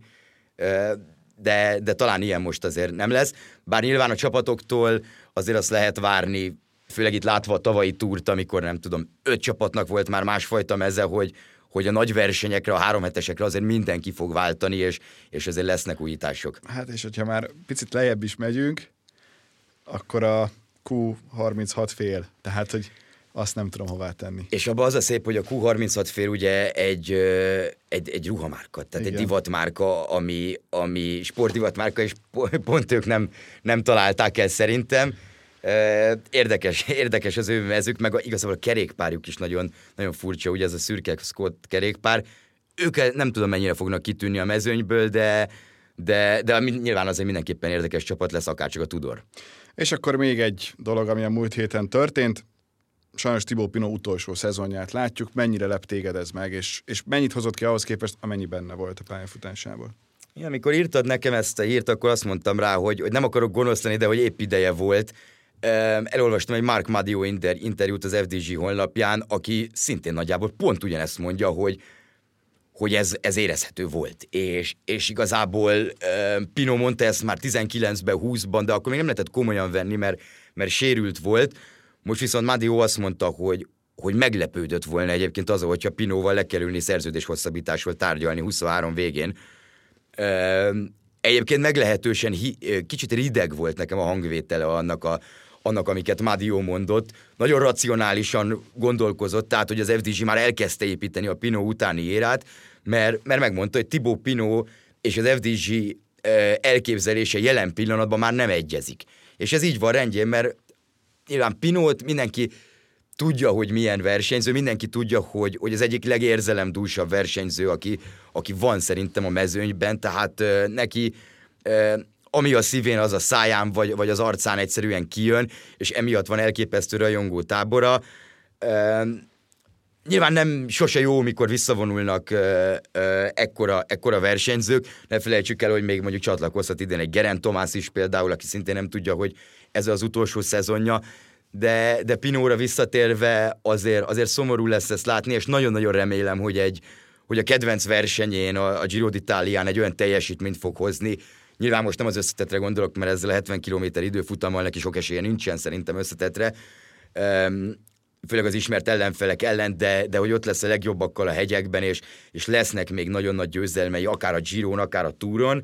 de talán ilyen most azért nem lesz, bár nyilván a csapatoktól azért azt lehet várni, főleg itt látva a tavalyi túrt, amikor nem tudom, 5 csapatnak volt már másfajta meze, hogy a nagy versenyekre, a 3 hetesekre azért mindenki fog váltani, és azért lesznek újítások. Hát és hogyha már picit lejjebb is megyünk, akkor a Q36 fél, tehát hogy azt nem tudom hová tenni. És abban az a szép, hogy a Q36 fél ugye egy ruhamárka, tehát igen. Egy divatmárka, ami sportdivatmárka, és pont ők nem találták el szerintem. Érdekes az ő mezük, meg igazából a kerékpárjuk is nagyon, nagyon furcsa, ugye ez a szürke Scott kerékpár. Ők nem tudom mennyire fognak kitűnni a mezőnyből, de nyilván azért mindenképpen érdekes csapat lesz, akárcsak a Tudor. És akkor még egy dolog, ami a múlt héten történt. Sajnos Thibaut Pinot utolsó szezonját látjuk. Mennyire lep téged ez meg, és mennyit hozott ki ahhoz képest, amennyi benne volt a pályafutásából? Ja, amikor írtad nekem ezt a hírt, akkor azt mondtam rá, hogy nem akarok gonosz lenni, de hogy épp ideje volt. Elolvastam egy Marc Madiot interjút az FDJ honlapján, aki szintén nagyjából pont ugyanezt mondja, hogy ez érezhető volt. És igazából Pinot mondta ezt már 19-ben, 20-ban, de akkor még nem lehetett komolyan venni, mert sérült volt. Most viszont Madiot azt mondta, hogy meglepődött volna egyébként az, hogyha Pinotval le kell ülni szerződéshosszabbításról tárgyalni 23 végén. Egyébként meglehetősen kicsit rideg volt nekem a hangvétele annak, amiket Madiot mondott. Nagyon racionálisan gondolkozott, tehát, hogy az FDJ már elkezdte építeni a Pinot utáni érát, mert megmondta, hogy Thibaut Pinot és az FDJ elképzelése jelen pillanatban már nem egyezik. És ez így van rendjén, mert nyilván Pinot mindenki tudja, hogy milyen versenyző, mindenki tudja, hogy az egyik legérzelemdúsabb versenyző, aki van szerintem a mezőnyben, tehát neki ami a szívén, az a száján, vagy az arcán egyszerűen kijön, és emiatt van elképesztő rajongó tábora. Nyilván nem sose jó, mikor visszavonulnak ekkora versenyzők. Ne felejtsük el, hogy még mondjuk csatlakozhat idén egy Geraint Thomas is például, aki szintén nem tudja, hogy ez az utolsó szezonja, de Pinotra visszatérve azért szomorú lesz ezt látni, és nagyon-nagyon remélem, hogy a kedvenc versenyén, a Giro d'Italián egy olyan teljesítményt fog hozni. Nyilván most nem az összetetre gondolok, mert ezzel a 70 km időfutammal neki sok esélye nincsen szerintem összetetre, főleg az ismert ellenfelek ellen, de hogy ott lesz a legjobbakkal a hegyekben, és lesznek még nagyon nagy győzelmei, akár a Giron, akár a Touron.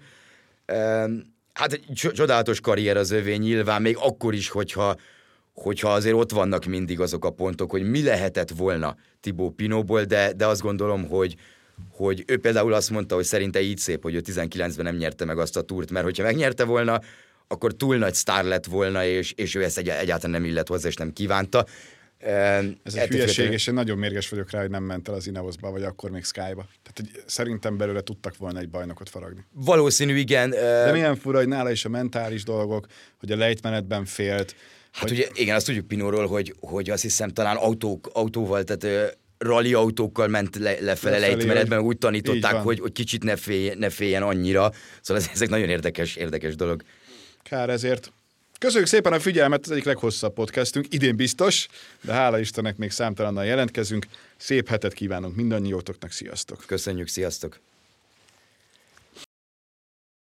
Hát egy csodálatos karrier az övé nyilván, még akkor is, hogyha azért ott vannak mindig azok a pontok, hogy mi lehetett volna Thibaut Pinotból, de azt gondolom, hogy ő például azt mondta, hogy szerinte így szép, hogy ő 19-ben nem nyerte meg azt a túrt, mert hogyha megnyerte volna, akkor túl nagy sztár lett volna, és ő ezt egyáltalán nem illet hozzá, és nem kívánta. Ez egy hülyeség, és én nagyon mérges vagyok rá, hogy nem ment el az Ineosba, vagy akkor még Sky-ba. Tehát szerintem belőle tudtak volna egy bajnokot faragni. Valószínű, igen. De milyen fura, hogy nála is a mentális dolgok, hogy a lejtmenetben félt. Hát ugye, igen, azt tudjuk Pinotról, hogy azt hiszem talán autóval, tehát rally autókkal ment lefele lejtmenetben, úgy tanították, hogy kicsit ne féljen annyira. Szóval ezek nagyon érdekes dolog. Kár ezért. Köszönjük szépen a figyelmet, ez egyik leghosszabb podcastünk, idén biztos, de hála Istennek még számtalannal jelentkezünk. Szép hetet kívánunk mindannyiótoknak, sziasztok! Köszönjük, sziasztok!